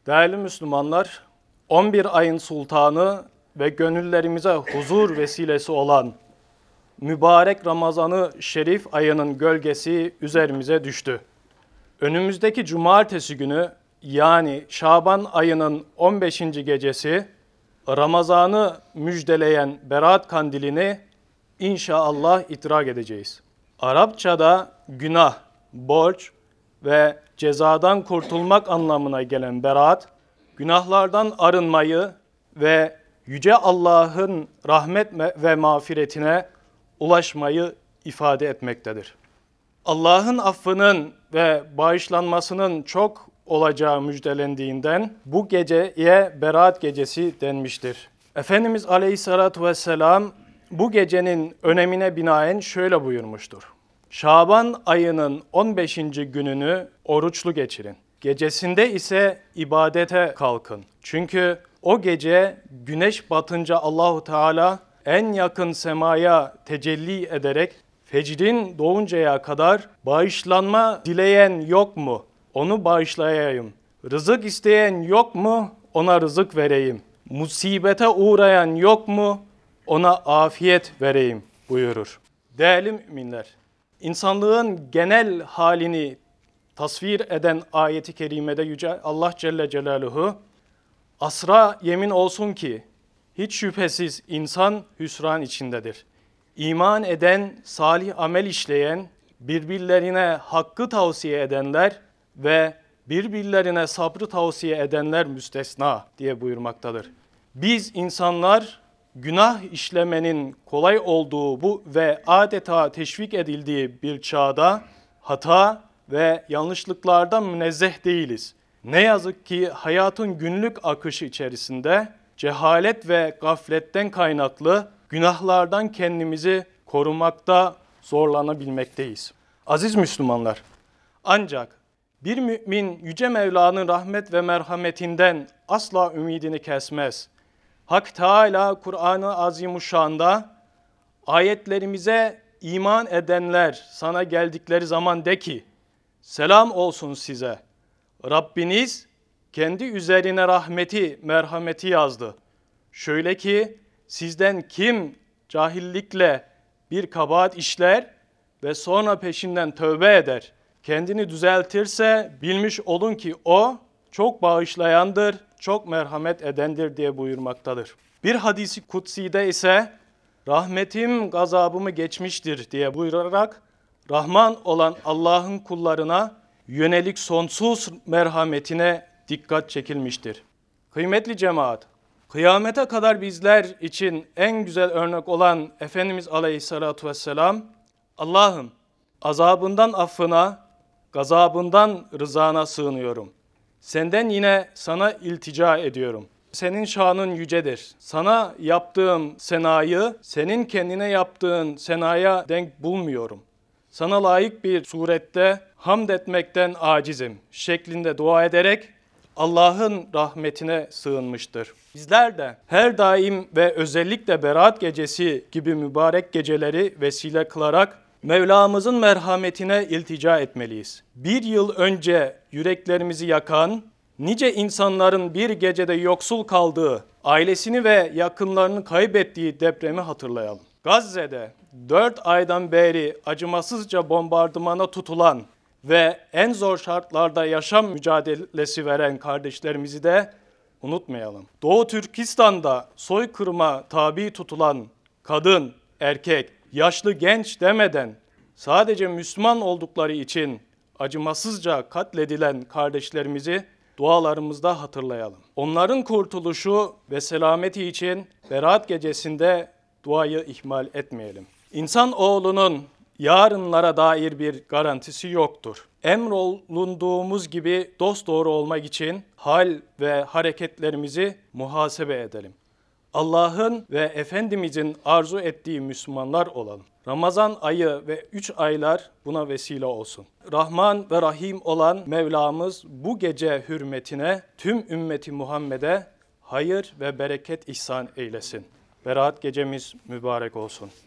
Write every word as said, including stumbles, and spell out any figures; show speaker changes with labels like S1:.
S1: Değerli Müslümanlar, on bir ayın sultanı ve gönüllerimize huzur vesilesi olan mübarek Ramazan-ı Şerif ayının gölgesi üzerimize düştü. Önümüzdeki cumartesi günü yani Şaban ayının on beşinci gecesi Ramazan'ı müjdeleyen Berat Kandilini inşallah idrak edeceğiz. Arapçada günah, borç ve cezadan kurtulmak anlamına gelen berat, günahlardan arınmayı ve Yüce Allah'ın rahmet ve mağfiretine ulaşmayı ifade etmektedir. Allah'ın affının ve bağışlanmasının çok olacağı müjdelendiğinden bu geceye Berat Gecesi denmiştir. Efendimiz Aleyhisselatü Vesselam bu gecenin önemine binaen şöyle buyurmuştur. Şaban ayının on beşinci gününü oruçlu geçirin. Gecesinde ise ibadete kalkın. Çünkü o gece güneş batınca Allahu Teala en yakın semaya tecelli ederek fecrin doğuncaya kadar bağışlanma dileyen yok mu? Onu bağışlayayım. Rızık isteyen yok mu? Ona rızık vereyim. Musibete uğrayan yok mu? Ona afiyet vereyim buyurur. Değerli müminler, insanlığın genel halini tasvir eden ayeti kerimede Yüce Allah Celle Celaluhu, asra yemin olsun ki hiç şüphesiz insan hüsran içindedir. İman eden, salih amel işleyen, birbirlerine hakkı tavsiye edenler ve birbirlerine sabrı tavsiye edenler müstesna diye buyurmaktadır. Biz insanlar günah işlemenin kolay olduğu bu ve adeta teşvik edildiği bir çağda hata ve yanlışlıklardan münezzeh değiliz. Ne yazık ki hayatın günlük akışı içerisinde cehalet ve gafletten kaynaklı günahlardan kendimizi korumakta zorlanabilmekteyiz. Aziz Müslümanlar, ancak bir mümin Yüce Mevla'nın rahmet ve merhametinden asla ümidini kesmez. Hak Teala Kur'an-ı Azimuşşan'da ayetlerimize iman edenler sana geldikleri zaman de ki, selam olsun size. Rabbiniz kendi üzerine rahmeti, merhameti yazdı. Şöyle ki sizden kim cahillikle bir kabahat işler ve sonra peşinden tövbe eder, kendini düzeltirse bilmiş olun ki o çok bağışlayandır, çok merhamet edendir diye buyurmaktadır. Bir hadisi kutsi'de ise rahmetim gazabımı geçmiştir diye buyurarak Rahman olan Allah'ın kullarına yönelik sonsuz merhametine dikkat çekilmiştir. Kıymetli cemaat, kıyamete kadar bizler için en güzel örnek olan Efendimiz Aleyhisselatü Vesselam, Allah'ım azabından affına, gazabından rızana sığınıyorum. Senden yine sana iltica ediyorum. Senin şanın yücedir. Sana yaptığım senayı, senin kendine yaptığın senaya denk bulmuyorum. Sana layık bir surette hamd etmekten acizim şeklinde dua ederek Allah'ın rahmetine sığınmıştır. Bizler de her daim ve özellikle Berat Gecesi gibi mübarek geceleri vesile kılarak Mevlamızın merhametine iltica etmeliyiz. Bir yıl önce yüreklerimizi yakan, nice insanların bir gecede yoksul kaldığı, ailesini ve yakınlarını kaybettiği depremi hatırlayalım. Gazze'de dört aydan beri acımasızca bombardımana tutulan ve en zor şartlarda yaşam mücadelesi veren kardeşlerimizi de unutmayalım. Doğu Türkistan'da soykırıma tabi tutulan kadın, erkek, yaşlı, genç demeden sadece Müslüman oldukları için acımasızca katledilen kardeşlerimizi dualarımızda hatırlayalım. Onların kurtuluşu ve selameti için Berat Gecesi'nde duayı ihmal etmeyelim. İnsanoğlunun yarınlara dair bir garantisi yoktur. Emrolunduğumuz gibi dosdoğru olmak için hal ve hareketlerimizi muhasebe edelim. Allah'ın ve Efendimizin arzu ettiği Müslümanlar olalım. Ramazan ayı ve üç aylar buna vesile olsun. Rahman ve Rahim olan Mevlamız bu gece hürmetine tüm ümmeti Muhammed'e hayır ve bereket ihsan eylesin. Berat gecemiz mübarek olsun.